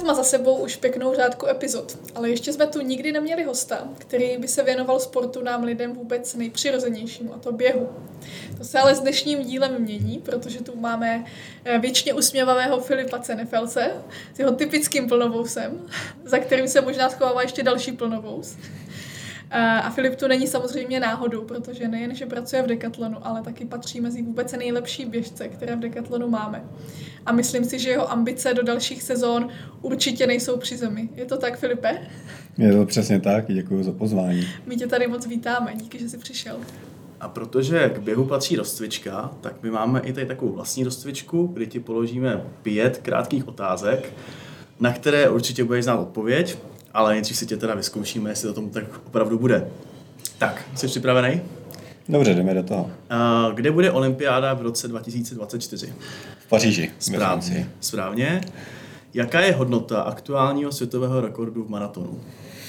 má za sebou už pěknou řádku epizod, ale ještě jsme tu nikdy neměli hosta, který by se věnoval sportu nám lidem vůbec nejpřirozenějšímu, a to běhu. To se ale s dnešním dílem mění, protože tu máme věčně usměvavého Filipa Cenefelse s jeho typickým plnovousem, za kterým se možná schovává ještě další plnovous. A Filip tu není samozřejmě náhodou, protože nejen, že pracuje v Decathlonu, ale taky patří mezi vůbec nejlepší běžce, které v Decathlonu máme. A myslím si, že jeho ambice do dalších sezón určitě nejsou při zemi. Je to tak, Filipe? Je to přesně tak, děkuji za pozvání. My tě tady moc vítáme, díky, že jsi přišel. A protože k běhu patří rozcvička, tak my máme i tady takovou vlastní rozcvičku, kdy ti položíme 5 krátkých otázek, na které určitě budeš znát odpověď, ale nejdřív si tě teda vyzkoušíme, jestli to tomu tak opravdu bude. Tak, jsi připravený? Dobře, jdeme do toho. Kde bude olympiáda v roce 2024? V Paříži. Správně. Jaká je hodnota aktuálního světového rekordu v maratonu?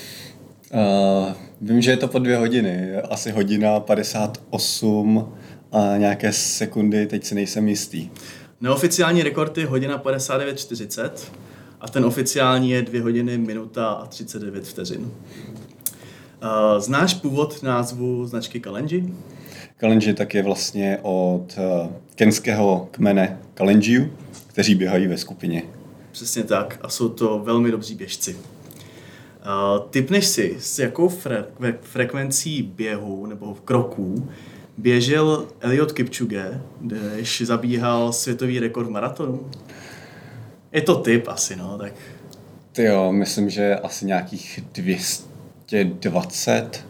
Vím, že je to po 2 hodiny. Asi 1:58 a nějaké sekundy, teď si nejsem jistý. Neoficiální rekord je 1:59:40 a ten oficiální je 2 hodiny, minuta a 39 vteřin. Znáš původ názvu značky Kalenji? Kalenji tak je vlastně od kenského kmene Kalenjiů, kteří běhají ve skupině. Přesně tak a jsou to velmi dobří běžci. Tipneš si, s jakou frekvencí běhu nebo kroků běžel Eliud Kipchoge, když zabíhal světový rekord v maratonu? Je to tip asi, no, tak... Jo, myslím, že asi nějakých 220.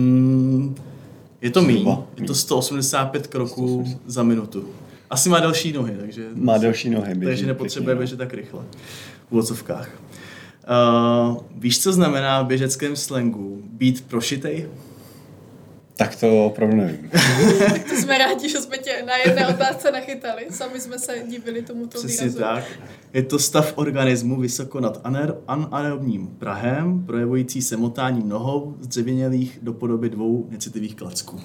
Je to míň. Je to 185 kroků za minutu. Asi má delší nohy, takže... Má delší nohy. Takže nepotřebuje běžet tak rychle. V uvozovkách. Víš, co znamená v běžeckém slangu být prošitej? Tak to opravdu nevím. Tak to jsme rádi, že jsme tě na jedné otázce nachytali. Sami jsme se divili tomuto výrazu. Přesně tak. Je to stav organismu vysoko nad anaerobním prahem, projevující se motáním nohou zdřevěnělých do podoby 2 necitlivých klacků.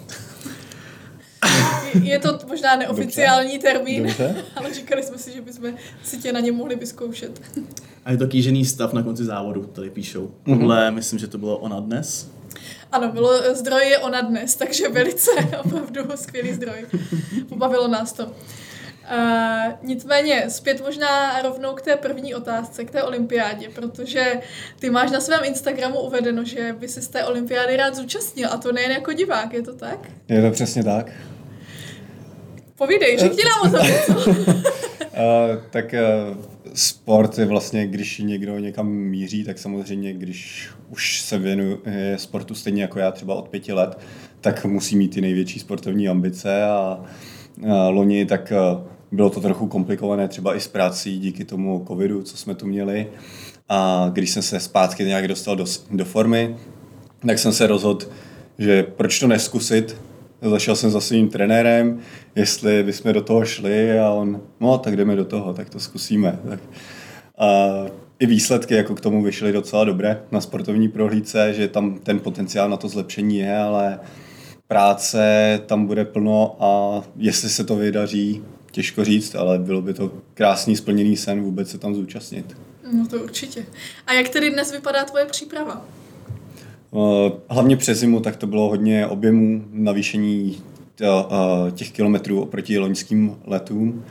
Je to možná neoficiální termín, Dobře. ale říkali jsme si, že bychom si tě na ně mohli vyzkoušet. A je to kýžený stav na konci závodu, tady píšou. Tohle, myslím, že to bylo Ona dnes. Ano, zdroj je Ona dnes, takže velice opravdu skvělý zdroj. Pobavilo nás to. Nicméně zpět možná rovnou k té první otázce, k té olympiádě, protože ty máš na svém Instagramu uvedeno, že by si z té olympiády rád zúčastnil, a to nejen jako divák, je to tak? Je to přesně tak. Povídej, řekni nám o tom něco. Tak sport je vlastně, když někdo někam míří, tak samozřejmě, když už se věnuje sportu stejně jako já třeba od 5 let, tak musí mít ty největší sportovní ambice a loni tak bylo to trochu komplikované třeba i s prací díky tomu covidu, co jsme tu měli. A když jsem se zpátky nějak dostal do formy, tak jsem se rozhodl, že proč to neskusit. Zašel jsem za svým trenérem, jestli bychom do toho šli a on, no tak jdeme do toho, tak to zkusíme. Tak. A i výsledky jako k tomu vyšly docela dobré na sportovní prohlídce, že tam ten potenciál na to zlepšení je, ale práce tam bude plno a jestli se to vydaří, těžko říct, ale bylo by to krásný splněný sen vůbec se tam zúčastnit. No to určitě. A jak tedy dnes vypadá tvoje příprava? Hlavně přes zimu, tak to bylo hodně objemů, navýšení těch kilometrů oproti loňským letům.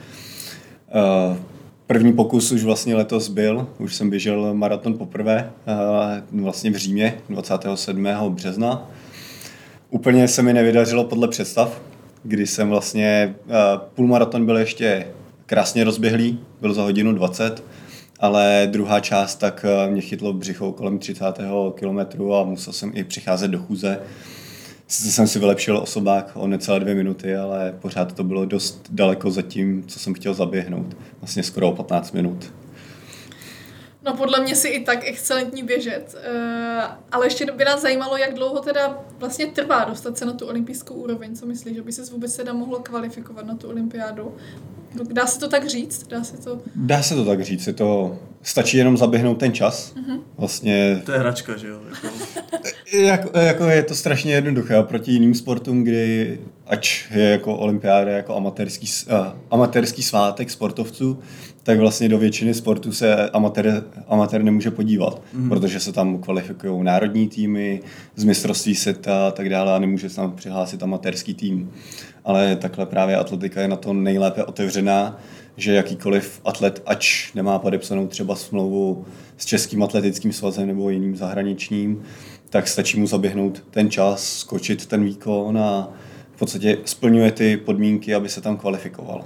První pokus už vlastně letos byl, už jsem běžel maraton poprvé, vlastně v Římě 27. března. Úplně se mi nevydařilo podle představ, kdy jsem vlastně, půlmaraton byl ještě krásně rozběhlý, byl za 1:20, ale druhá část tak mě chytlo břicho kolem 30. kilometru a musel jsem i přicházet do chůze. Sice jsem si vylepšil osobák o necelé 2 minuty, ale pořád to bylo dost daleko za tím, co jsem chtěl zaběhnout. Vlastně skoro o 15 minut. No podle mě si i tak excelentní běžec, ale ještě by nás zajímalo, jak dlouho teda vlastně trvá dostat se na tu olympijskou úroveň. Co myslíš, že by se vůbec teda mohlo kvalifikovat na tu olympiádu? Dá se to tak říct? Dá se to tak říct, je to stačí jenom zaběhnout ten čas. Vlastně... To je hračka, že jo? Jako je to strašně jednoduché oproti jiným sportům, kdy ač je jako olympiáda jako amatérský svátek sportovců, tak vlastně do většiny sportů se amatér nemůže podívat, protože se tam kvalifikují národní týmy z mistrovství světa a tak dále a nemůže se tam přihlásit amatérský tým. Ale takhle právě atletika je na to nejlépe otevřená, že jakýkoliv atlet, ač nemá podepsanou třeba smlouvu s Českým atletickým svazem nebo jiným zahraničním, tak stačí mu zaběhnout ten čas, skočit ten výkon a v podstatě splňuje ty podmínky, aby se tam kvalifikoval.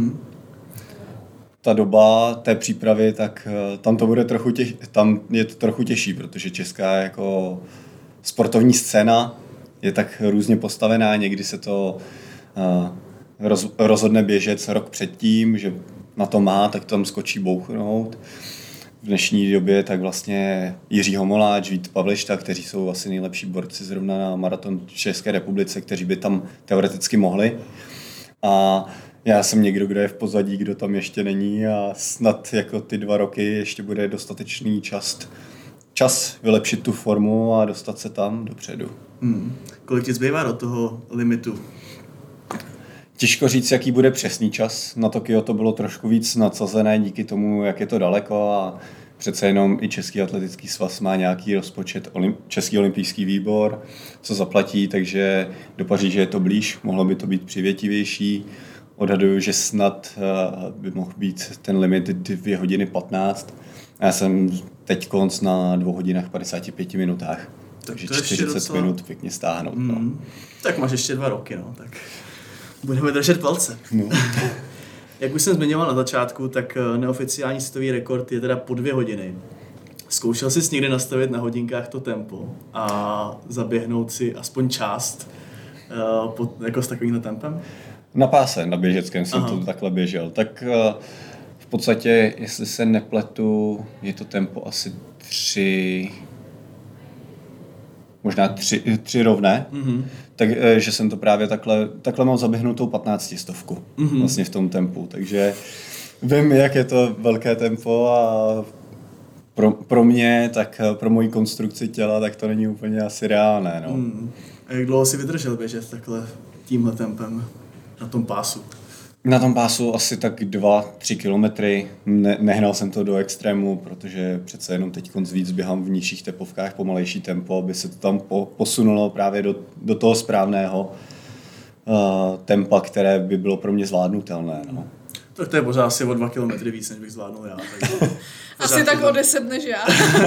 Ta doba té přípravy, tak tam to bude tam je to trochu těžší, protože česká jako sportovní scéna je tak různě postavená, někdy se to rozhodne běžec rok předtím, že na to má, tak tam skočí bouchnout. V dnešní době tak vlastně Jiří Homoláč, Vít Pavlišta, kteří jsou asi nejlepší borci zrovna na maraton v České republice, kteří by tam teoreticky mohli. A já jsem někdo, kdo je v pozadí, kdo tam ještě není a snad jako ty 2 roky ještě bude dostatečný čas vylepšit tu formu a dostat se tam dopředu. Kolik ti zbývá do toho limitu? Těžko říct, jaký bude přesný čas. Na Tokio to bylo trošku víc nadsazené díky tomu, jak je to daleko a přece jenom i Český atletický svaz má nějaký rozpočet, Český olympijský výbor, co zaplatí, takže do Paříže je to blíž, mohlo by to být přivětivější. Odhaduju, že snad by mohl být ten limit 2 hodiny 15. Já jsem teď konc na 2 hodinách 55 minutách, takže 40 minut pěkně stáhnout. No. Tak máš ještě 2 roky, no, tak budeme držet palce. No. Jak už jsem zmiňoval na začátku, tak neoficiální světový rekord je teda po 2 hodiny. Zkoušel jsi někdy nastavit na hodinkách to tempo a zaběhnout si aspoň část jako s takovýmhle tempem? Na páse, na běžeckém jsem to takhle běžel. Tak v podstatě, jestli se nepletu, je to tempo asi 3, možná 3 rovné. Takže jsem to právě takhle mám zaběhnutou 15 stovku vlastně v tom tempu. Takže vím, jak je to velké tempo a pro mě, tak pro moji konstrukci těla, tak to není úplně asi reálné. No. A jak dlouho si vydržel běžet takhle tímhle tempem na tom pásu? Na tom pásu asi tak 2-3 kilometry. Nehnal jsem to do extrému, protože přece jenom teď víc běhám v nižších tepovkách, pomalejší tempo, aby se to tam posunulo právě do toho správného tempa, které by bylo pro mě zvládnutelné. No. Tak to je pořád asi o 2 kilometry víc, než bych zvládnul já. Asi tak o 10 než já.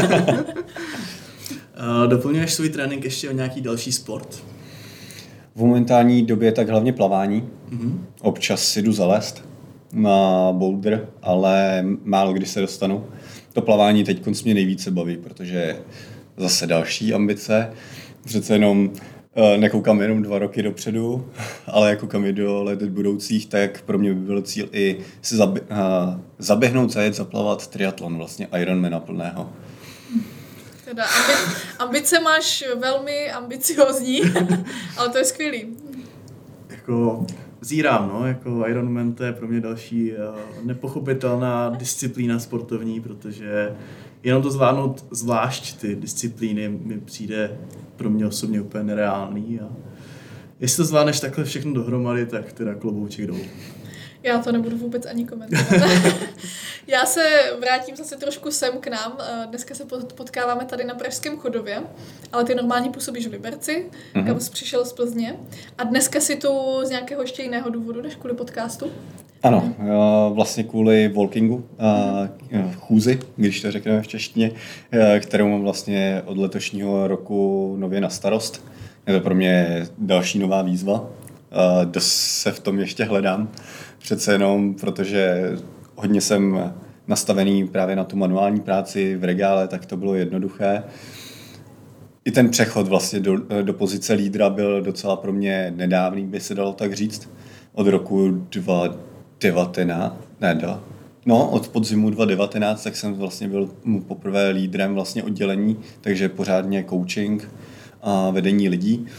Doplňuješ svůj trénink ještě o nějaký další sport? V momentální době tak hlavně plavání. Občas si jdu zalézt na boulder, ale málo kdy se dostanu. To plavání teď mě nejvíce baví, protože zase další ambice. Přece jenom nekoukám jenom 2 roky dopředu, ale jako koukám i do let budoucích, tak pro mě by byl cíl i si zaběhnout, zajet, zaplavat triatlon, vlastně Ironmana plného. Teda ambice máš velmi ambiciozní, ale to je skvělý. Jako zírám, no, jako Ironman to je pro mě další nepochopitelná disciplína sportovní, protože jenom to zvládnout zvlášť ty disciplíny mi přijde pro mě osobně úplně nereálný a jestli to zvládneš takhle všechno dohromady, tak teda klobouček dolů. Já to nebudu vůbec ani komentovat. Já se vrátím zase trošku sem k nám. Dneska se potkáváme tady na Pražském chodově, ale ty normálně působíš v Liberci, kam jsi přišel z Plzně. A dneska si tu z nějakého ještě jiného důvodu, než kvůli podcastu? Ano, vlastně kvůli walkingu, chůzi, když to řekneme v češtině, kterou mám vlastně od letošního roku nově na starost. Je to pro mě další nová výzva. Dost se v tom ještě hledám. Přece jenom, protože hodně jsem nastavený právě na tu manuální práci v regále, tak to bylo jednoduché. I ten přechod vlastně do pozice lídra byl docela pro mě nedávný, by se dalo tak říct. Od roku 2019, od podzimu 2019, tak jsem vlastně byl poprvé lídrem vlastně oddělení, takže pořádně coaching a vedení lidí.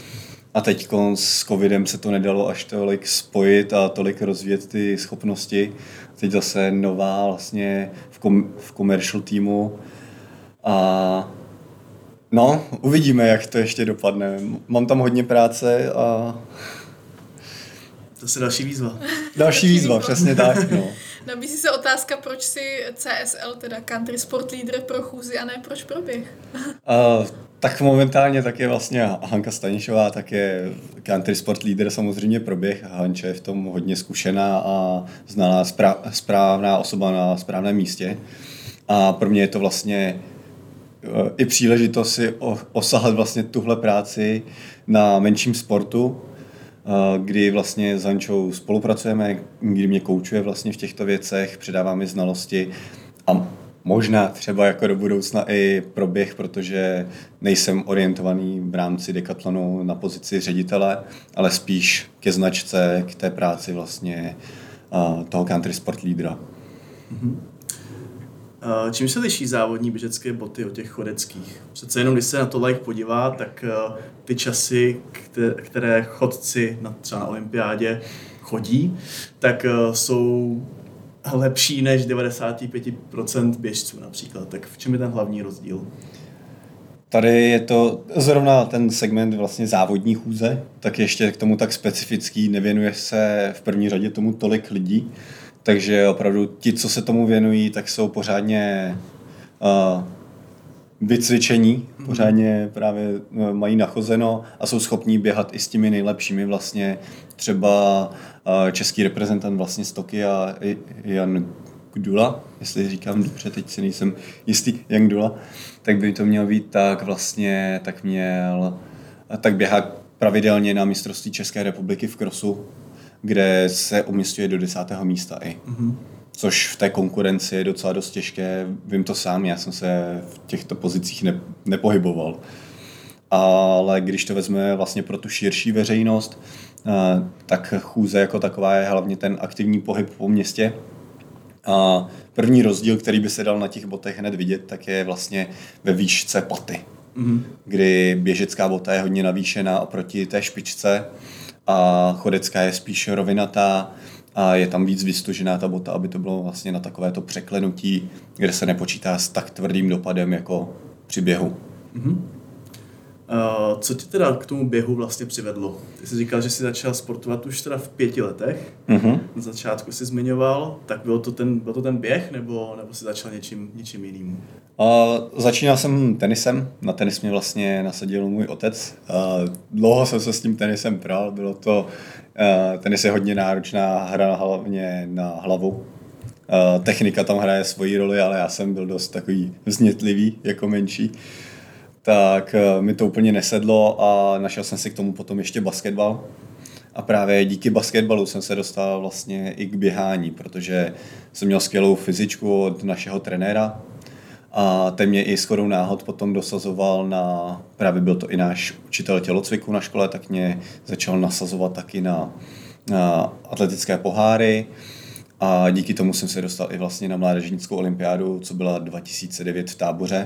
A teď s covidem se to nedalo až tolik spojit a tolik rozvíjet ty schopnosti. Teď zase nová vlastně v commercial týmu. A no, uvidíme, jak to ještě dopadne. Mám tam hodně práce a... To je další výzva. Další výzva, přesně tak. No. Nabízí se otázka, proč si CSL, teda Country Sport Leader, pro chůzi a ne proč pro běh? Tak momentálně tak je vlastně Hanka Stanišová, tak je Country Sport Leader samozřejmě pro běh. Hanče je v tom hodně zkušená a znalá správná osoba na správném místě. A pro mě je to vlastně i příležitost si osahat vlastně tuhle práci na menším sportu, kdy vlastně s Hančou spolupracujeme, kdy mě koučuje vlastně v těchto věcech, předává mi znalosti a možná třeba jako do budoucna i pro běh, protože nejsem orientovaný v rámci Decathlonu na pozici ředitele, ale spíš ke značce, k té práci vlastně toho Country Sport Leadera. Mm-hmm. Čím se liší závodní běžecké boty od těch chodeckých? Přece jenom, když se na to podívá, tak ty časy, které chodci třeba na olympiádě chodí, tak jsou lepší než 95% běžců například. Tak v čem je ten hlavní rozdíl? Tady je to zrovna ten segment vlastně závodní chůze, tak ještě k tomu tak specifický, nevěnuje se v první řadě tomu tolik lidí, takže opravdu ti, co se tomu věnují, tak jsou pořádně vycvičení, pořádně právě mají nachozeno a jsou schopní běhat i s těmi nejlepšími vlastně. Třeba český reprezentant vlastně z Tokia Jan Gdula, jestli říkám dobře, teď si nejsem jistý, Jan Gdula, tak by to měl být tak běhá pravidelně na mistrovství České republiky v crossu, kde se umísťuje do 10. místa i. Mm-hmm. Což v té konkurenci je docela dost těžké, vím to sám, já jsem se v těchto pozicích nepohyboval. Ale když to vezme vlastně pro tu širší veřejnost, tak chůze jako taková je hlavně ten aktivní pohyb po městě. A první rozdíl, který by se dal na těch botech hned vidět, tak je vlastně ve výšce paty, kdy běžecká bota je hodně navýšená oproti té špičce a chodecká je spíš rovinatá a je tam víc vystužená ta bota, aby to bylo vlastně na takovéto překlenutí, kde se nepočítá s tak tvrdým dopadem jako při běhu. Mm-hmm. Co tě teda k tomu běhu vlastně přivedlo? Ty jsi říkal, že jsi začal sportovat už teda v 5 letech. Mm-hmm. Na začátku jsi zmiňoval, tak byl to ten běh, nebo jsi začal něčím jiným? Začínal jsem tenisem. Na tenis mě vlastně nasadil můj otec. Dlouho jsem se s tím tenisem pral. Bylo to, tenis je hodně náročná hra hlavně na hlavu. Technika tam hraje svoji roli, ale já jsem byl dost takový vznětlivý jako menší. Tak mi to úplně nesedlo a našel jsem si k tomu potom ještě basketbal. A právě díky basketbalu jsem se dostal vlastně i k běhání, protože jsem měl skvělou fyzičku od našeho trenéra a ten mě i shodou náhod potom dosazoval právě byl to i náš učitel tělocviku na škole, tak mě začal nasazovat taky na atletické poháry a díky tomu jsem se dostal i vlastně na mládežnickou olympiádu, co byla 2009 v Táboře,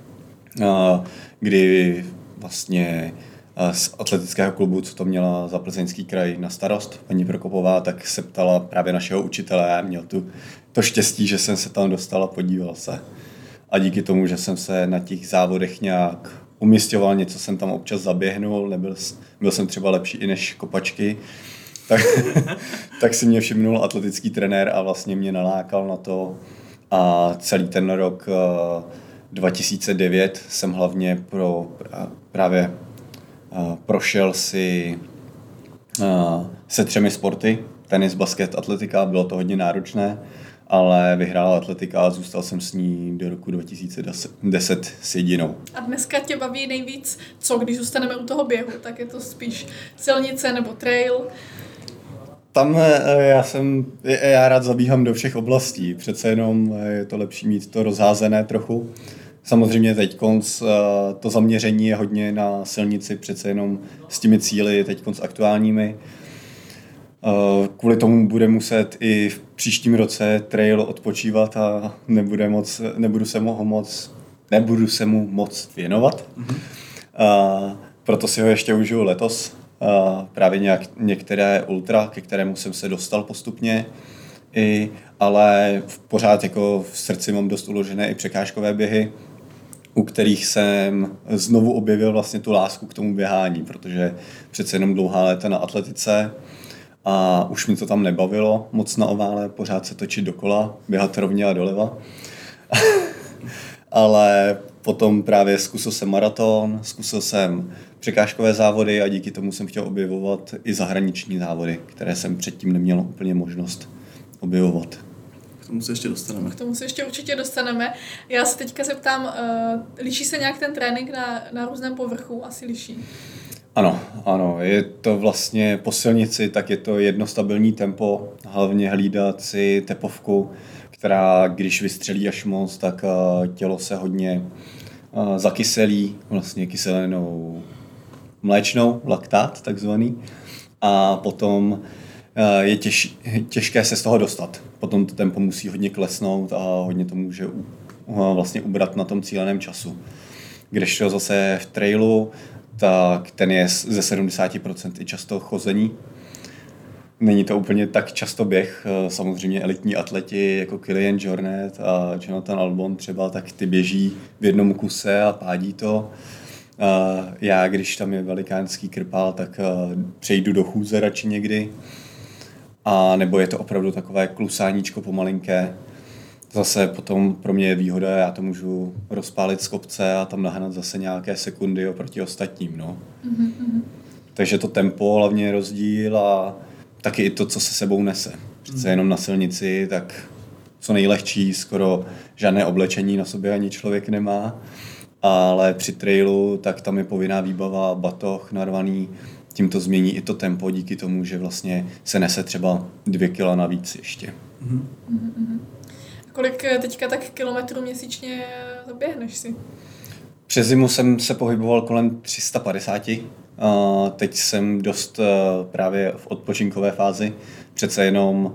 kdy vlastně z atletického klubu, co to měla za Plzeňský kraj na starost, paní Prokopová, tak se ptala právě našeho učitele. Já měl to štěstí, že jsem se tam dostal a podíval se. A díky tomu, že jsem se na těch závodech nějak umisťoval, něco jsem tam občas zaběhnul, byl jsem třeba lepší i než kopačky, tak si mě všimnul atletický trenér a vlastně mě nalákal na to. A celý ten rok 2009 jsem hlavně právě prošel si se 3 sporty, tenis, basket, atletika, bylo to hodně náročné, ale vyhrál atletika a zůstal jsem s ní do roku 2010 s jedinou. A dneska tě baví nejvíc, co když zůstaneme u toho běhu, tak je to spíš silnice nebo trail? Tam já rád zabíhám do všech oblastí, přece jenom je to lepší mít to rozházené trochu. Samozřejmě teď to zaměření je hodně na silnici, přece jenom s těmi cíli teď aktuálními. Kvůli tomu bude muset i v příštím roce trail odpočívat a nebudu se mu moc věnovat. Mm-hmm. Proto si ho ještě užiju letos právě některé ultra, ke kterému jsem se dostal postupně, ale pořád jako v srdci mám dost uložené i překážkové běhy, u kterých jsem znovu objevil vlastně tu lásku k tomu běhání, protože přece jenom dlouhá léta na atletice a už mi to tam nebavilo moc na ovále, pořád se točit dokola, běhat rovně a doleva. Ale potom právě zkusil jsem maraton, zkusil jsem překážkové závody a díky tomu jsem chtěl objevovat i zahraniční závody, které jsem předtím neměl úplně možnost objevovat. K tomu se ještě dostaneme. K tomu se ještě určitě dostaneme. Já se teďka zeptám, liší se nějak ten trénink na různém povrchu? Asi liší. Ano, je to vlastně po silnici, tak je to jedno stabilní tempo, hlavně hlídat si tepovku, která když vystřelí až moc, tak tělo se hodně zakyselí, vlastně kyselinou mléčnou, laktát takzvaný, a potom je těžké se z toho dostat. Potom to tempo musí hodně klesnout a hodně to může vlastně ubrat na tom cíleném času. Kdežto zase v trailu, tak ten je ze 70% i často chození. Není to úplně tak často běh. Samozřejmě elitní atleti jako Kilian Jornet a Jonathan Albon třeba, tak ty běží v jednom kuse a pádí to. Já, když tam je velikánský krpál, tak přejdu do chůze radši někdy. A nebo je to opravdu takové klusáníčko pomalinké. Zase potom pro mě je výhoda, já to můžu rozpálit z kopce a tam nahnat zase nějaké sekundy oproti ostatním. No. Mm-hmm. Takže to tempo hlavně je rozdíl a taky i to, co se sebou nese. Přece jenom na silnici, tak co nejlehčí, skoro žádné oblečení na sobě ani člověk nemá. Ale při trailu, tak tam je povinná výbava, batoh narvaný, tím to změní i to tempo díky tomu, že vlastně se nese třeba 2 kila navíc ještě. Mm-hmm. Kolik teďka tak kilometrů měsíčně zaběhneš si? Přes zimu jsem se pohyboval kolem 350. Teď jsem dost právě v odpočinkové fázi. Přece jenom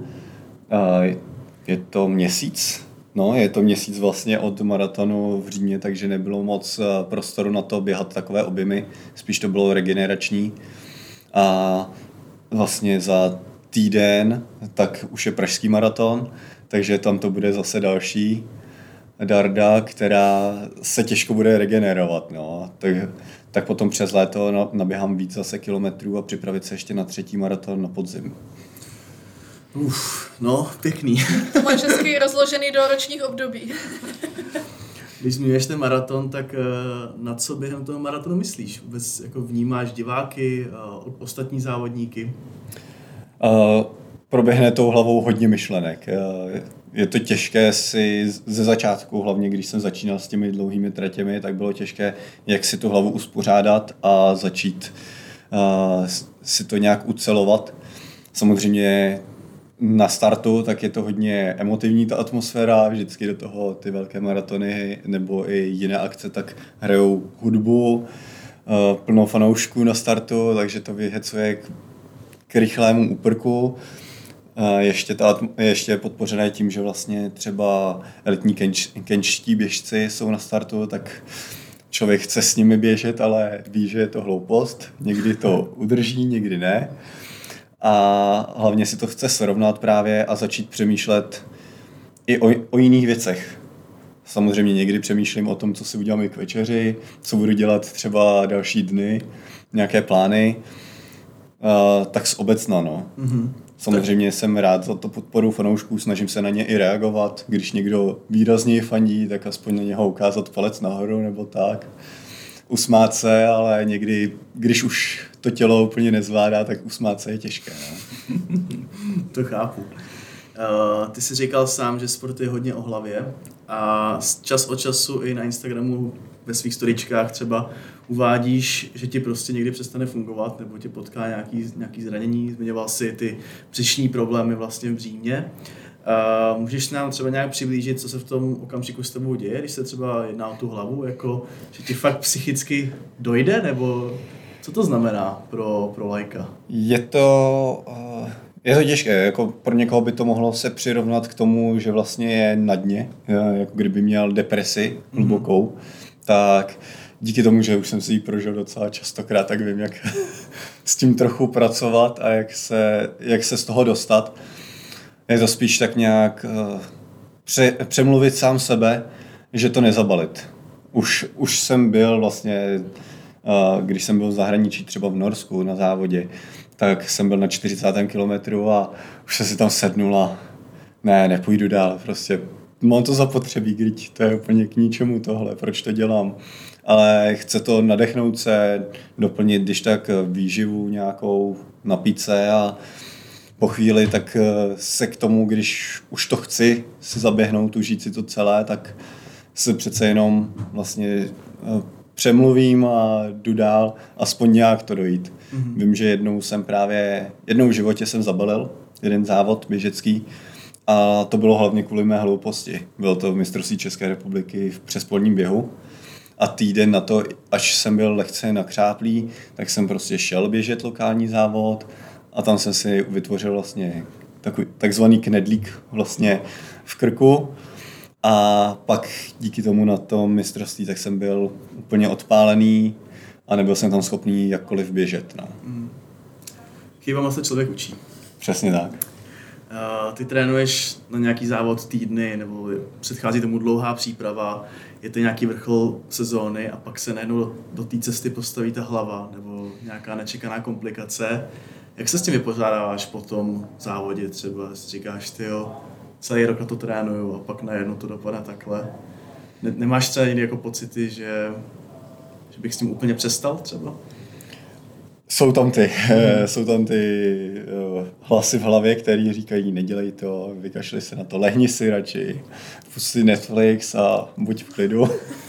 je to měsíc. No, je to měsíc vlastně od maratonu v Římě, takže nebylo moc prostoru na to běhat takové objemy. Spíš to bylo regenerační. A vlastně za týden tak už je pražský maraton, takže tam to bude zase další darda, která se těžko bude regenerovat. No. Tak potom přes léto naběhám víc zase kilometrů a připravit se ještě na 3. maraton na podzim. No, pěkný. To máš hezky rozložený do ročních období. Když zmiňuješ ten maraton, tak na co během toho maratonu myslíš? Vůbec jako vnímáš diváky, ostatní závodníky? Proběhne tou hlavou hodně myšlenek. Je to těžké si ze začátku, hlavně když jsem začínal s těmi dlouhými tratěmi, tak bylo těžké, jak si tu hlavu uspořádat a začít si to nějak ucelovat. Samozřejmě na startu tak je to hodně emotivní ta atmosféra, vždycky do toho ty velké maratony nebo i jiné akce tak hrajou hudbu, plno fanoušků na startu, takže to vyhecuje k rychlému úprku. Ještě je podpořené tím, že vlastně třeba elitní kenčtí běžci jsou na startu, tak člověk chce s nimi běžet, ale ví, že je to hloupost. Někdy to udrží, někdy ne. A hlavně si to chce srovnat právě a začít přemýšlet i o jiných věcech. Samozřejmě někdy přemýšlím o tom, co si udělám i k večeři, co budu dělat třeba další dny, nějaké plány. Tak zobecna, no. Mm-hmm. Samozřejmě jsem rád za to podporu fanoušků, snažím se na ně i reagovat. Když někdo výrazněji fandí, tak aspoň na něho ukázat palec nahoru nebo tak. Usmát se, ale někdy, když už to tělo úplně nezvládá, tak usmát se je těžké. No. To chápu. Ty jsi říkal sám, že sport je hodně o hlavě a čas od času i na Instagramu ve svých storičkách třeba uvádíš, že ti prostě někdy přestane fungovat nebo tě potká nějaký zranění. Zmiňoval si ty břišní problémy vlastně v Římě. Můžeš nám třeba nějak přiblížit, co se v tom okamžiku s tebou děje, když se třeba jedná o tu hlavu, jako, že ti fakt psychicky dojde, nebo co to znamená pro laika? Je to těžké, jako pro někoho by to mohlo se přirovnat k tomu, že vlastně je na dně, jako kdyby měl depresi hlubokou, tak díky tomu, že už jsem si ji prožil docela častokrát, tak vím, jak s tím trochu pracovat a jak se z toho dostat. Je to spíš tak nějak přemluvit sám sebe, že to nezabalit. Už jsem byl vlastně, když jsem byl v zahraničí, třeba v Norsku na závodě, tak jsem byl na 40. kilometru a už jsem si tam sednul a nepůjdu dál, prostě mám to zapotřebí, když to je úplně k ničemu tohle, proč to dělám. Ale chce to nadechnout se, doplnit, když tak výživu nějakou, napít se a po chvíli tak se k tomu, když už to chci si zaběhnout, užít si to celé, tak se přece jenom vlastně přemluvím a jdu dál, aspoň nějak to dojít. Mm-hmm. Vím, že jednou v životě jsem zabalil jeden závod běžecký a to bylo hlavně kvůli mé hlouposti. Bylo to v mistrovství České republiky v přespolním běhu a týden na to, až jsem byl lehce nakřáplý, tak jsem prostě šel běžet lokální závod a tam jsem si vytvořil vlastně takový takzvaný knedlík vlastně v krku. A pak díky tomu na tom mistrovství tak jsem byl úplně odpálený a nebyl jsem tam schopný jakkoliv běžet. No. Chybama se člověk učí. Přesně tak. Ty trénuješ na nějaký závod týdny nebo předchází tomu dlouhá příprava, je to nějaký vrchol sezóny a pak se najednou do té cesty postaví ta hlava nebo nějaká nečekaná komplikace. Jak se s tím vypořádáváš po tom závodě třeba? Říkáš, tyjo, celý rok na to trénuju a pak najednou to dopadne takhle. Nemáš třeba někdy jako pocity, že bych s tím úplně přestal třeba? Jsou tam ty hlasy v hlavě, které říkají, nedělej to, vykašli se na to, lehni si radši, pusti Netflix a buď v klidu.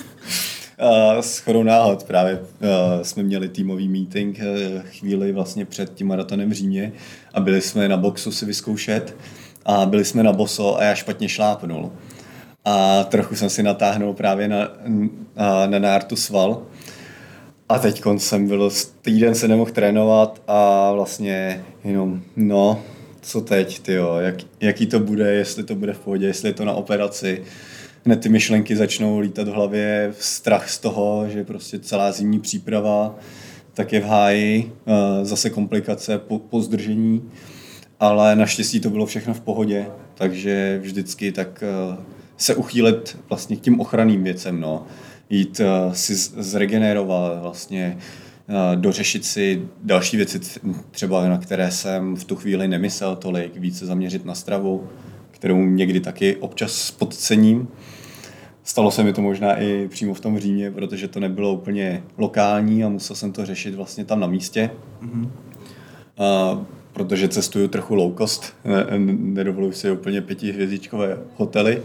Shodou náhod právě jsme měli týmový meeting chvíli vlastně před tím maratonem v Římě a byli jsme na boxu si vyzkoušet a byli jsme na boso a já špatně šlápnul. A trochu jsem si natáhnul právě na nártu sval. A teď jsem byl, týden se nemohl trénovat a vlastně jenom, co teď, tyjo, jaký to bude, jestli to bude v pohodě, jestli je to na operaci. Hned ty myšlenky začnou lítat v hlavě, strach z toho, že prostě celá zimní příprava tak je v háji, zase komplikace po zdržení, ale naštěstí to bylo všechno v pohodě, takže vždycky tak se uchýlit vlastně k tím ochranným věcem, no. Jít si zregenerovat, vlastně dořešit si další věci, třeba na které jsem v tu chvíli nemyslel tolik, více zaměřit na stravu, kterou někdy taky občas podcením. Stalo se mi to možná i přímo v tom Římě, protože to nebylo úplně lokální a musel jsem to řešit vlastně tam na místě. Mm-hmm. Protože cestuju trochu low cost, nedovoluji si úplně 5hvězdičkové hotely.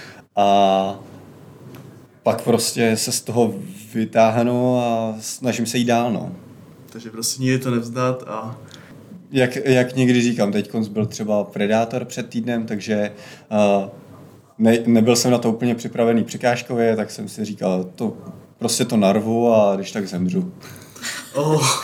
A pak prostě se z toho vytáhnu a snažím se jít dál, no. Takže prostě nikdy to nevzdat a... Jak někdy říkám, teď byl třeba Predátor před týdnem, takže nebyl jsem na to úplně připravený překážkově, tak jsem si říkal, prostě to narvu a když tak zemřu. Oh.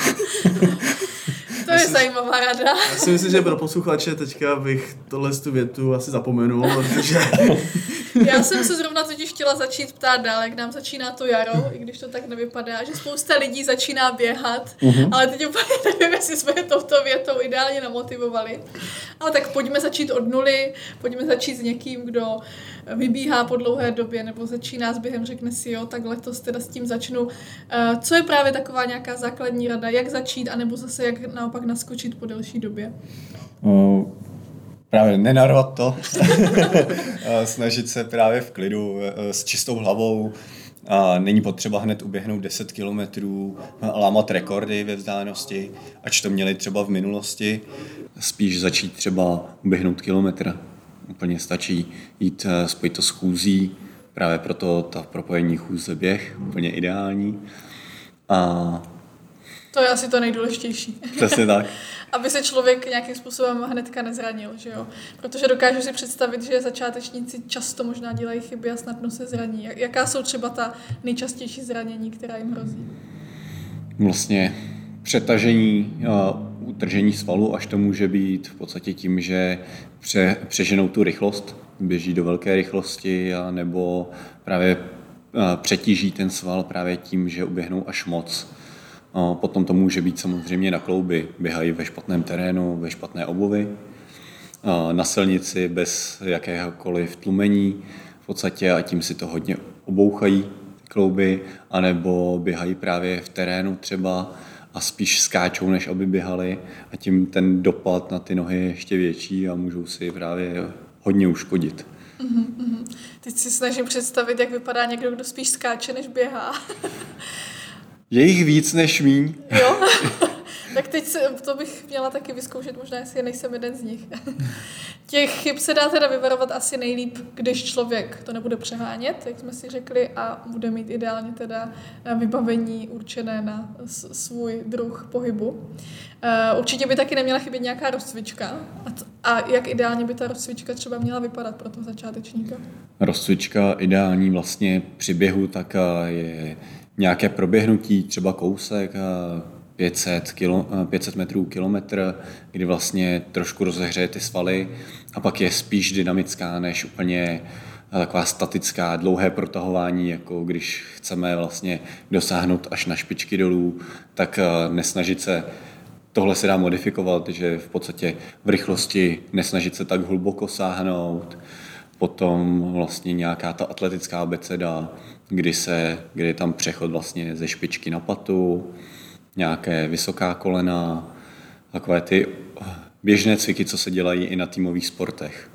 To je zajímavá rada. Já si myslím, že pro posluchače teďka bych tu větu asi zapomenul, protože... Já jsem se zrovna totiž chtěla začít ptát dál, jak nám začíná to jaro, i když to tak nevypadá, že spousta lidí začíná běhat, ale teď úplně nevím, jestli jsme touto větou ideálně namotivovali. Ale tak pojďme začít od nuly, pojďme začít s někým, kdo vybíhá po dlouhé době nebo začíná s během, řekne si jo, tak letos teda s tím začnu. Co je právě taková nějaká základní rada, jak začít, anebo zase jak naopak naskočit po delší době? Právě nenarvat to, snažit se právě v klidu, s čistou hlavou. Není potřeba hned uběhnout 10 kilometrů, lámat rekordy ve vzdálenosti, ač to měli třeba v minulosti. Spíš začít třeba uběhnout kilometr. Úplně stačí jít spojit to s chůzí, právě proto ta propojení chůze běh, úplně ideální. To je asi to nejdůležitější. Přesně tak. Aby se člověk nějakým způsobem hnedka nezranil, že jo? Protože dokážu si představit, že začátečníci často možná dělají chyby a snadno se zraní. Jaká jsou třeba ta nejčastější zranění, která jim hrozí? Vlastně přetažení, utržení svalu, až to může být v podstatě tím, že přeženou tu rychlost, běží do velké rychlosti, nebo právě přetíží ten sval právě tím, že uběhnou až moc. Potom to může být samozřejmě na kloubi, běhají ve špatném terénu, ve špatné obuvi, na silnici bez jakéhokoliv tlumení v podstatě a tím si to hodně obouchají klouby, anebo běhají právě v terénu třeba a spíš skáčou, než aby běhali a tím ten dopad na ty nohy je ještě větší a můžou si právě hodně uškodit. Teď si snažím představit, jak vypadá někdo, kdo spíš skáče, než běhá. Je jich víc než míň. Jo? Tak teď to bych měla taky vyzkoušet, možná jestli nejsem jeden z nich. Těch chyb se dá teda vyvarovat asi nejlíp, když člověk to nebude přehánět, jak jsme si řekli, a bude mít ideálně teda vybavení určené na svůj druh pohybu. Určitě by taky neměla chybět nějaká rozcvička. A jak ideálně by ta rozcvička třeba měla vypadat pro toho začátečníka? Rozcvička ideální vlastně při běhu tak je nějaké proběhnutí, třeba kousek, 500 metrů, kilometr, kdy vlastně trošku rozehřeje ty svaly a pak je spíš dynamická než úplně taková statická, dlouhé protahování, jako když chceme vlastně dosáhnout až na špičky dolů, tak nesnažit se, tohle se dá modifikovat, že v podstatě v rychlosti nesnažit se tak hluboko sáhnout, potom vlastně nějaká ta atletická abeceda, kdy je tam přechod vlastně ze špičky na patu, nějaké vysoká kolena, takové ty běžné cviky, co se dělají i na týmových sportech.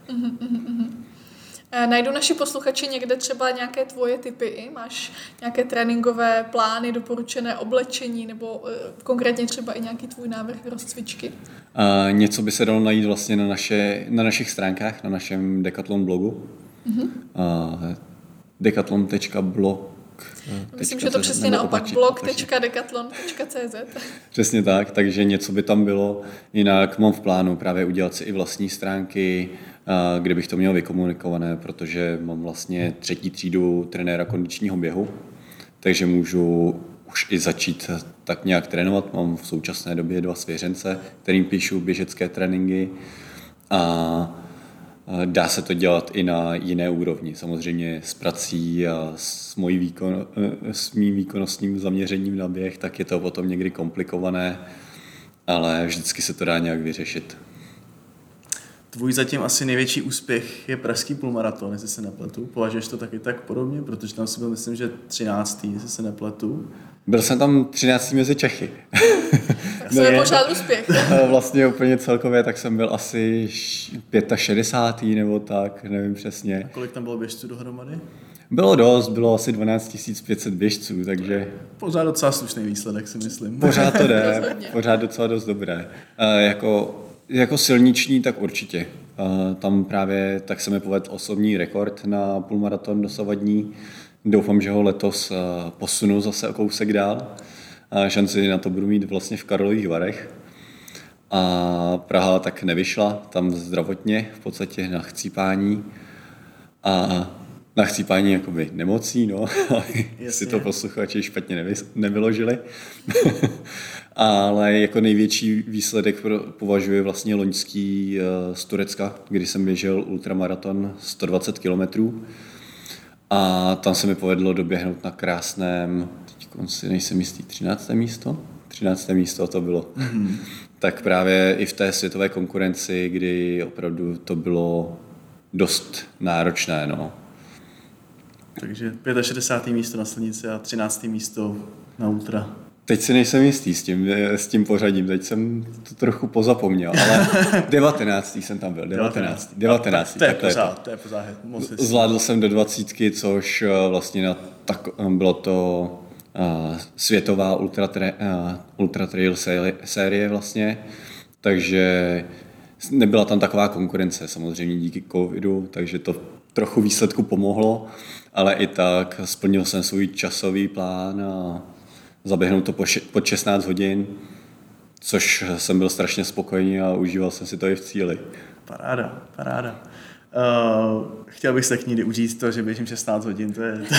Najdu naši posluchači někde třeba nějaké tvoje tipy? Máš nějaké tréninkové plány, doporučené oblečení nebo konkrétně třeba i nějaký tvůj návrh rozcvičky? Něco by se dalo najít vlastně na našich stránkách, na našem Decathlon blogu. Decathlon.blog. Myslím, že to přesně naopak. blog.decathlon.cz. Přesně tak, takže něco by tam bylo. Jinak mám v plánu právě udělat si i vlastní stránky, kde bych to měl vykomunikované, protože mám vlastně 3. třídu trenéra kondičního běhu, takže můžu už i začít tak nějak trénovat. Mám v současné době 2 svěřence, kterým píšu běžecké tréninky a dá se to dělat i na jiné úrovni, samozřejmě s prací a s mým výkonnostním zaměřením na běh, tak je to potom někdy komplikované, ale vždycky se to dá nějak vyřešit. Tvůj zatím asi největší úspěch je pražský půlmaraton, jestli se nepletu. Považuješ to taky tak podobně, protože tam si byl, myslím, že 13., jestli se nepletu. Byl jsem tam 13. mezi Čechy. To je pořád úspěch. Vlastně úplně celkově, tak jsem byl asi 65. nebo tak, nevím přesně. A kolik tam bylo běžců dohromady? Bylo dost, bylo asi 12 500 běžců, takže... Pořád docela slušný výsledek, si myslím. Pořád to jde, pořád docela dost dobré. Jako silniční, tak určitě. Tam právě tak se mi povedl osobní rekord na půlmaraton dosavadní. Doufám, že ho letos posunu zase o kousek dál. Šanci na to budu mít vlastně v Karlových Varech. A Praha tak nevyšla, tam zdravotně v podstatě na chcípání. A na chcípání jakoby nemocí, no, si to posluchači špatně nevyložili. Ale jako největší výsledek považuji vlastně loňský z Turecka, kdy jsem běžel ultramaraton 120 kilometrů. A tam se mi povedlo doběhnout na krásném, teď si nejsem jistý, 13. místo? 13. místo to bylo. Tak právě i v té světové konkurenci, kdy opravdu to bylo dost náročné, no. Takže 65. místo na silnici a 13. místo na ultra. Teď si nejsem jistý s tím pořadím, teď jsem to trochu pozapomněl, ale 19. jsem tam byl, 19. To je pořád. Zvládl jsem do 20, což vlastně bylo to světová ultra trail série vlastně, takže nebyla tam taková konkurence samozřejmě díky covidu, takže to trochu výsledku pomohlo, ale i tak splnil jsem svůj časový plán a zaběhnout to pod 16 hodin, což jsem byl strašně spokojený a užíval jsem si to i v cíli. Paráda. Chtěl bych se k ní užít to, že běžím 16 hodin, to je...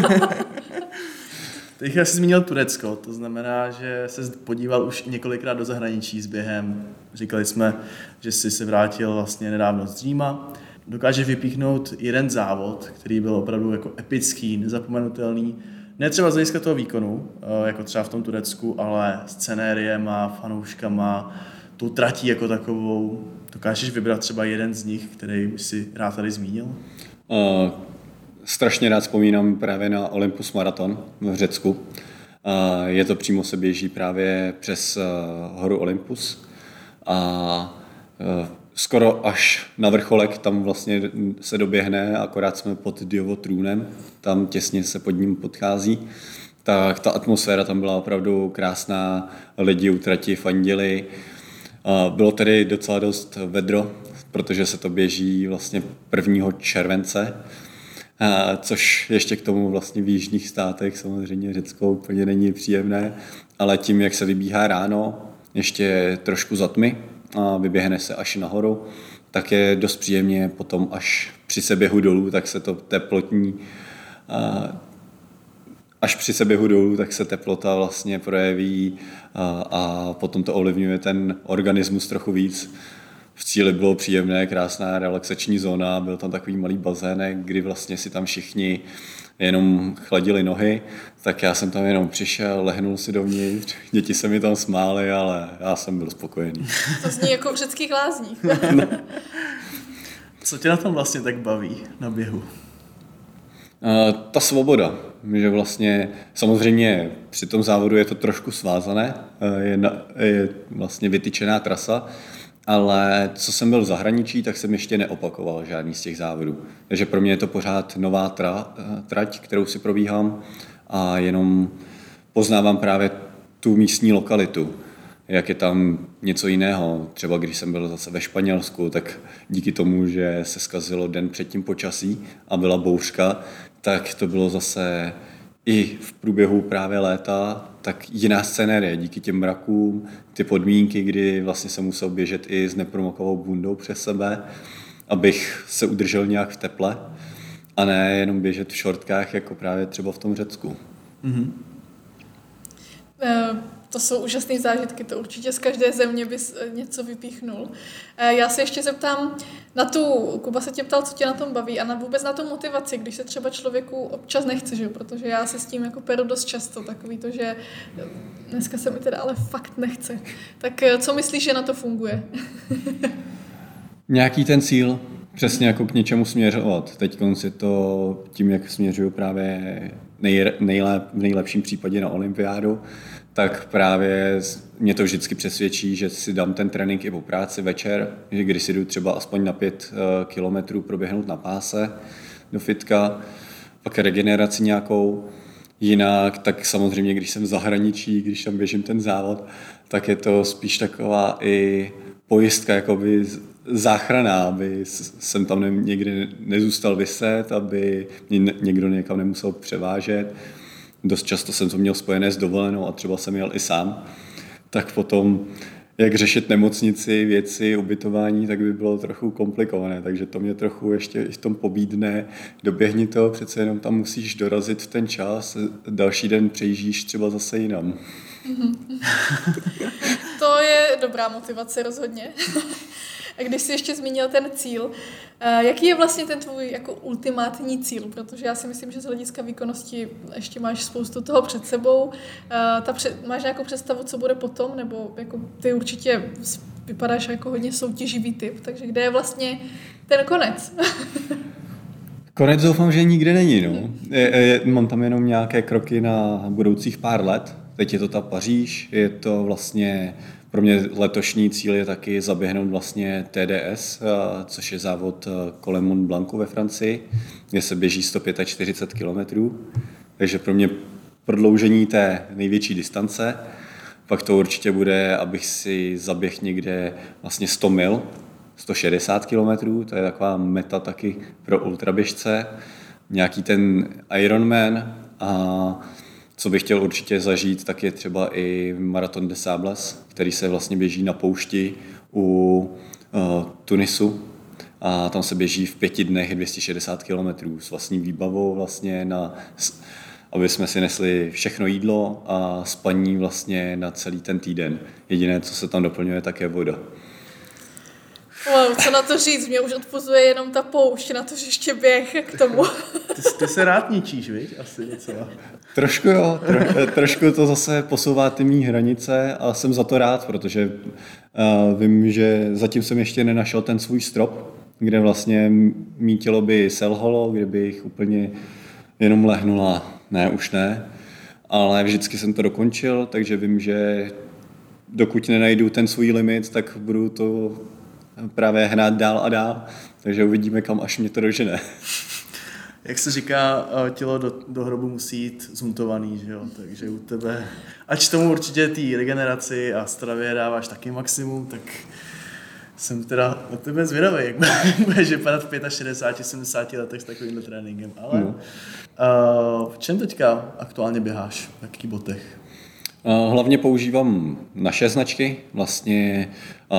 Teďka jsi zmínil Turecko, to znamená, že se podíval už několikrát do zahraničí s během. Říkali jsme, že jsi se vrátil vlastně nedávno z Říma. dokážeš vypíchnout jeden závod, který byl opravdu jako epický, nezapomenutelný, ne třeba z hlediska toho výkonu, jako třeba v tom Turecku, ale scenériem a fanouškama, tu tratí jako takovou. Dokážeš vybrat třeba jeden z nich, který by si rád tady zmínil? Strašně rád vzpomínám právě na Olympus Marathon v Řecku. Je to přímo se běží právě přes horu Olympus a skoro až na vrcholek tam vlastně se doběhne, akorát jsme pod Diovo trůnem, tam těsně se pod ním podchází. Tak ta atmosféra tam byla opravdu krásná, lidi u trati fandili. Bylo tedy docela dost vedro, protože se to běží vlastně 1. července, což ještě k tomu vlastně v jižních státech, samozřejmě Řecko úplně není příjemné, ale tím, jak se vybíhá ráno, ještě trošku za tmy a vyběhne se až nahoru, tak je dost příjemně potom až při seběhu dolů, tak se to teplotní až při seběhu dolů, tak se teplota vlastně projeví a potom to ovlivňuje ten organismus trochu víc. V cíli bylo příjemné, krásná relaxační zóna, byl tam takový malý bazének, kdy vlastně si tam všichni jenom chladili nohy, tak já jsem tam jenom přišel, lehnul si dovnitř, děti se mi tam smály, ale já jsem byl spokojený. To zní jako v řeckých lázních. No. Co tě na tom vlastně tak baví na běhu? Ta svoboda, že vlastně samozřejmě při tom závodu je to trošku svázané, je vlastně vytyčená trasa, ale co jsem byl v zahraničí, tak jsem ještě neopakoval žádný z těch závodů. Takže pro mě je to pořád nová trať, kterou si probíhám a jenom poznávám právě tu místní lokalitu, jak je tam něco jiného. Třeba když jsem byl zase ve Španělsku, tak díky tomu, že se zkazilo den předtím počasí a byla bouřka, tak to bylo zase i v průběhu právě léta tak jiná scenérie. Díky těm mrakům, ty podmínky, kdy vlastně jsem musel běžet i s nepromokovou bundou přes sebe, abych se udržel nějak v teple a ne jenom běžet v šortkách, jako právě třeba v tom Řecku. Mm-hmm. To jsou úžasné zážitky, to určitě z každé země bys něco vypíchnul. Já se ještě zeptám Kuba se tě ptal, co tě na tom baví a vůbec na tu motivaci, když se třeba člověku občas nechce, že? Protože já se s tím jako peru dost často, takový to, že dneska se mi teda ale fakt nechce. Tak co myslíš, že na to funguje? Nějaký ten cíl, přesně jako k něčemu směřovat. Teď je to tím, jak směřuju právě v nejlepším případě na olympiádu, tak právě mě to vždycky přesvědčí, že si dám ten trénink i po práci večer, kdy si jdu třeba aspoň na 5 kilometrů proběhnout na páse do fitka, pak regeneraci nějakou. Jinak, tak samozřejmě, když jsem v zahraničí, když tam běžím ten závod, tak je to spíš taková i pojistka, jakoby záchrana, aby jsem tam někdy nezůstal viset, aby mě někdo někam nemusel převážet. Dost často jsem to měl spojené s dovolenou a třeba jsem jel i sám. Tak potom, jak řešit nemocnici, věci, ubytování, tak by bylo trochu komplikované. Takže to mě trochu ještě v tom pobídne. Doběhni to, přece jenom tam musíš dorazit v ten čas, další den přejíždíš třeba zase jinam. To je dobrá motivace rozhodně. A když jsi ještě zmínil ten cíl, jaký je vlastně ten tvůj jako ultimátní cíl? Protože já si myslím, že z hlediska výkonnosti ještě máš spoustu toho před sebou. Máš nějakou představu, co bude potom? Nebo jako ty určitě vypadáš jako hodně soutěživý typ, takže kde je vlastně ten konec? Konec doufám, že nikde není. No. Mám tam jenom nějaké kroky na budoucích pár let. Teď je to ta Paříž, je to vlastně pro mě letošní cíl je taky zaběhnout vlastně TDS, což je závod kolem Mont Blancu ve Francii, kde se běží 145 km. Takže pro mě prodloužení té největší distance. Pak to určitě bude, abych si zaběhl někde vlastně 100 mil, 160 km, to je taková meta taky pro ultraběžce. Nějaký ten Ironman a co bych chtěl určitě zažít, tak je třeba i Marathon des Sables, který se vlastně běží na poušti u Tunisu. A tam se běží v 5 dnech 260 km s vlastní výbavou vlastně, aby jsme si nesli všechno jídlo a spaní vlastně na celý ten týden. Jediné, co se tam doplňuje, tak je voda. Wow, co na to říct? Mě už odpuzuje jenom ta poušť, na to, že ještě běh k tomu. Ty se rád ničíš, viď? Asi docela. Trošku jo, trošku to zase posouvá ty mý hranice a jsem za to rád, protože vím, že zatím jsem ještě nenašel ten svůj strop, kde vlastně mý tělo by selhalo, kde bych úplně jenom lehnula. Ne, už ne, ale vždycky jsem to dokončil, takže vím, že dokud nenajdu ten svůj limit, tak budu to právě hnát dál a dál, takže uvidíme, kam až mě to dožene. Jak se říká, tělo do hrobu musí jít zuntovaný, že jo? Takže u tebe, ač tomu určitě té regeneraci a stravě dáváš taky maximum, tak jsem teda od tebe zvědavý, jak budeš vypadat v 65, 70 letech s takovýmhle tréninkem, ale v čem teďka aktuálně běháš, v jakých botech? Hlavně používám naše značky, vlastně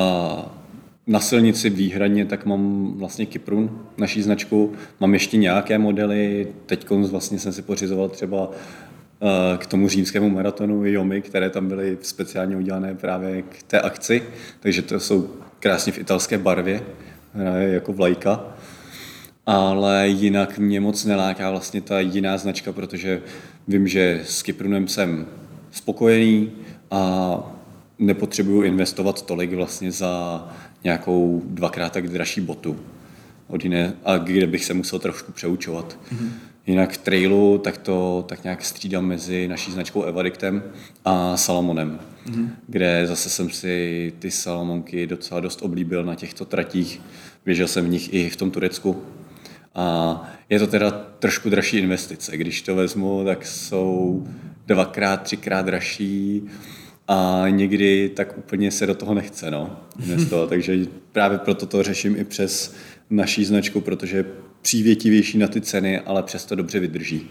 na silnici výhradně tak mám vlastně Kiprun, naší značku, mám ještě nějaké modely, teď vlastně jsem si pořizoval třeba k tomu římskému maratonu Jomy, které tam byly speciálně udělané právě k té akci, takže to jsou krásně v italské barvě, jako vlajka. Ale jinak mě moc neláká vlastně ta jiná značka, protože vím, že s Kiprunem jsem spokojený a nepotřebuju investovat tolik vlastně za nějakou dvakrát tak dražší botu od jiné, a kde bych se musel trošku přeučovat. Mm-hmm. Jinak v trailu tak to tak nějak střídám mezi naší značkou Evadictem a Salamonem, kde zase jsem si ty Salamonky docela dost oblíbil na těchto tratích. Běžel jsem v nich i v tom Turecku. A je to teda trošku dražší investice. Když to vezmu, tak jsou 2x, 3x dražší a někdy tak úplně se do toho nechce investovat. Takže právě proto to řeším i přes naší značku, protože je přívětivější na ty ceny, ale přesto dobře vydrží.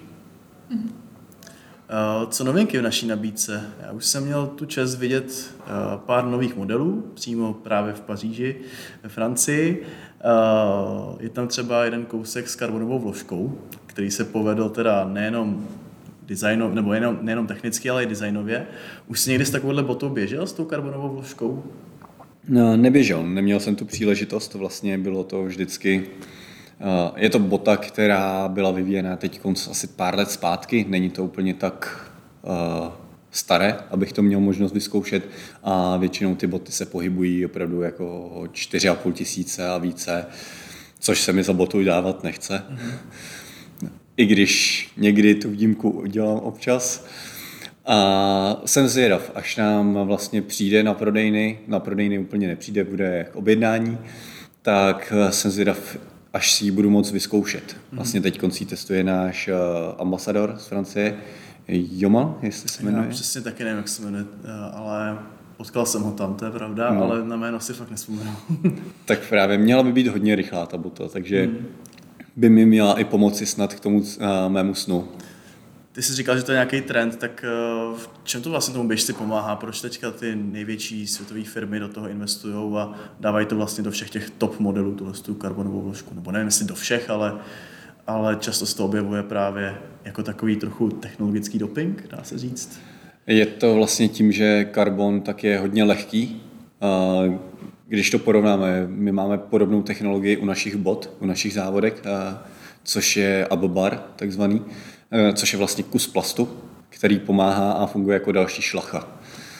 Co novinky v naší nabídce? Já už jsem měl tu čest vidět pár nových modelů, přímo právě v Paříži, ve Francii. Je tam třeba jeden kousek s karbonovou vložkou, který se povedl teda nejenom nejenom technicky, ale i designově. Už jsi někdy s takovouhle botou běžel s tou karbonovou vložkou? No, neběžel, neměl jsem tu příležitost, vlastně bylo to vždycky. Je to bota, která byla vyvíjena teď asi pár let zpátky, není to úplně tak staré, abych to měl možnost vyzkoušet, a většinou ty boty se pohybují opravdu jako 4,5 tisíce a více, což se mi za botu dávat nechce. I když někdy tu výjimku udělám občas. A jsem zvědav, až nám vlastně přijde na prodejny úplně nepřijde, bude k objednání, tak jsem zvědav, až si ji budu moct vyzkoušet. Vlastně teď koncí testuje náš ambasador z Francie, Joma, jestli se jmenuje. Já přesně taky nevím, jak se jmenuje, ale potkal jsem ho tam, to je pravda, ale na jméno si fakt nevzpomenu. Tak právě měla by být hodně rychlá ta bota, takže by mi měla i pomoci snad k tomu mému snu. Ty jsi říkal, že to je nějaký trend, tak v čem to vlastně tomu běžci pomáhá? Proč teďka ty největší světové firmy do toho investují a dávají to vlastně do všech těch top modelů, tu karbonovou vložku? Nebo nevím, jestli do všech, ale často se to objevuje právě jako takový trochu technologický doping, dá se říct. Je to vlastně tím, že karbon tak je hodně lehký. Když to porovnáme, my máme podobnou technologii u našich bot, u našich závodek, což je ABBAR takzvaný, což je vlastně kus plastu, který pomáhá a funguje jako další šlacha.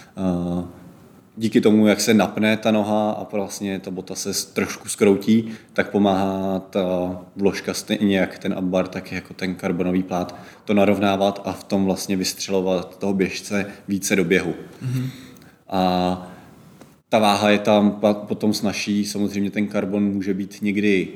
Díky tomu, jak se napne ta noha a vlastně ta bota se trošku skroutí, tak pomáhá ta vložka stejně jak ten ABBAR, tak jako ten karbonový plát to narovnávat a v tom vlastně vystřelovat toho běžce více do běhu. A ta váha je tam potom snazší, samozřejmě ten karbon může být někdy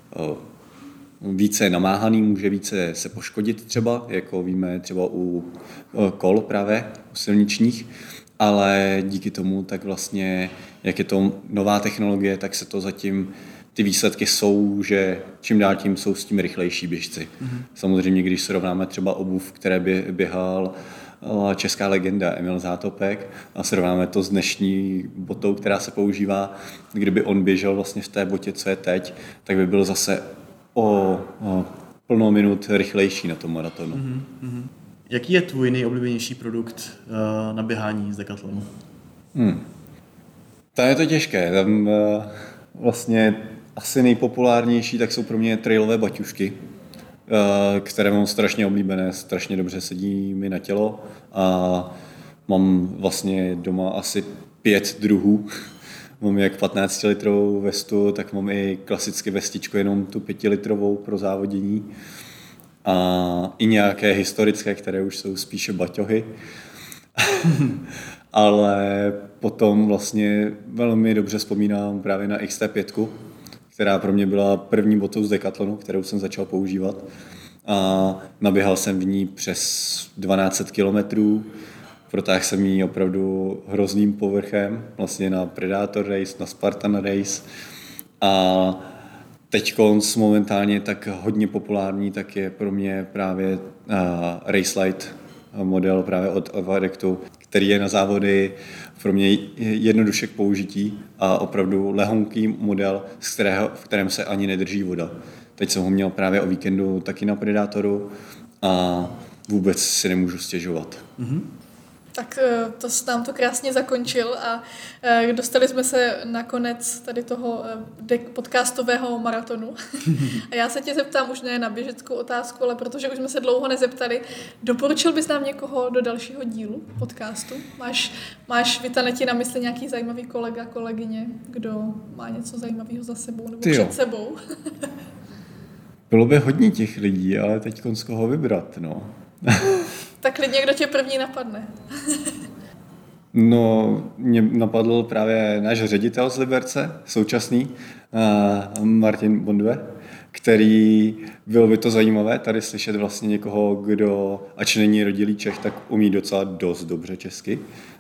více namáhaný, může více se poškodit třeba, jako víme třeba u kol právě, u silničních, ale díky tomu tak vlastně, jak je to nová technologie, tak se to zatím, ty výsledky jsou, že čím dál tím jsou s tím rychlejší běžci. Samozřejmě, když srovnáme třeba obuv, které běhal česká legenda Emil Zátopek a srovnáme to s dnešní botou, která se používá, kdyby on běžel vlastně v té botě, co je teď, tak by byl zase o plno minut rychlejší na tom maratonu. Jaký je tvůj nejoblíbenější produkt na běhání z Decathlonu? To je to těžké. Tam vlastně asi nejpopulárnější tak jsou pro mě trailové baťušky, které mám strašně oblíbené, strašně dobře sedí mi na tělo a mám vlastně doma asi 5 druhů. Mám jak 15-litrovou vestu, tak mám i klasicky vestičko, jenom tu 5-litrovou pro závodění. A i nějaké historické, které už jsou spíše baťohy. Ale potom vlastně velmi dobře vzpomínám právě na XT5, která pro mě byla první botou z Decathlonu, kterou jsem začal používat. A naběhal jsem v ní přes 1200 kilometrů. Protáhl jsem ji opravdu hrozným povrchem, vlastně na Predator Race, na Spartan Race. A teď momentálně tak hodně populární, tak je pro mě právě Race Light model právě od Avadectu, který je na závody pro mě jednoduše k použití a opravdu lehonký model, v kterém se ani nedrží voda. Teď jsem ho měl právě o víkendu taky na Predatoru a vůbec si nemůžu stěžovat. Mm-hmm. Tak to nám to krásně zakončil a dostali jsme se na konec tady toho podcastového maratonu. A já se tě zeptám už ne na běžeckou otázku, ale protože už jsme se dlouho nezeptali, doporučil bys nám někoho do dalšího dílu podcastu? Máš Vitaneti na mysli nějaký zajímavý kolega, kolegyně, kdo má něco zajímavého za sebou nebo před sebou? Bylo by hodně těch lidí, ale teď z koho vybrat, no. Tak klidně, kdo tě první napadne. No, mě napadl právě náš ředitel z Liberce, současný, Martin Bondve, který, bylo by to zajímavé tady slyšet vlastně někoho, kdo, ač není rodilý Čech, tak umí docela dost dobře česky.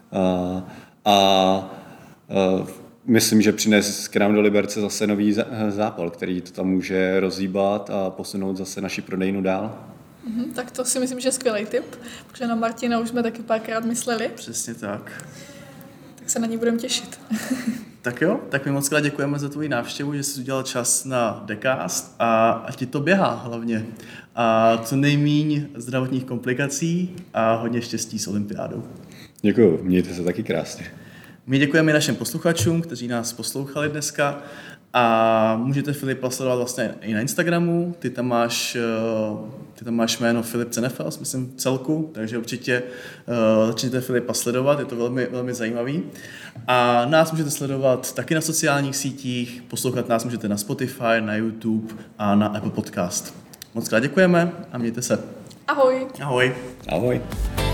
Myslím, že přines k nám do Liberce zase nový zápal, který to tam může rozhýbat a posunout zase naši prodejnu dál. Tak to si myslím, že je skvělý tip, protože na Martina už jsme taky párkrát mysleli. Přesně tak. Tak se na ní budeme těšit. Tak jo, tak my moc krát děkujeme za tvoji návštěvu, že jsi udělal čas na Decast a ti to běhá hlavně. A co nejmíň zdravotních komplikací a hodně štěstí s olympiádou. Děkuju, mějte se taky krásně. My děkujeme našim posluchačům, kteří nás poslouchali dneska a můžete Filipa sledovat vlastně i na Instagramu, ty tam máš jméno Filip Cenefels, myslím celku, takže určitě začněte Filipa sledovat, je to velmi, velmi zajímavý. A nás můžete sledovat taky na sociálních sítích, poslouchat nás můžete na Spotify, na YouTube a na Apple Podcast. Moc krát děkujeme a mějte se. Ahoj. Ahoj. Ahoj.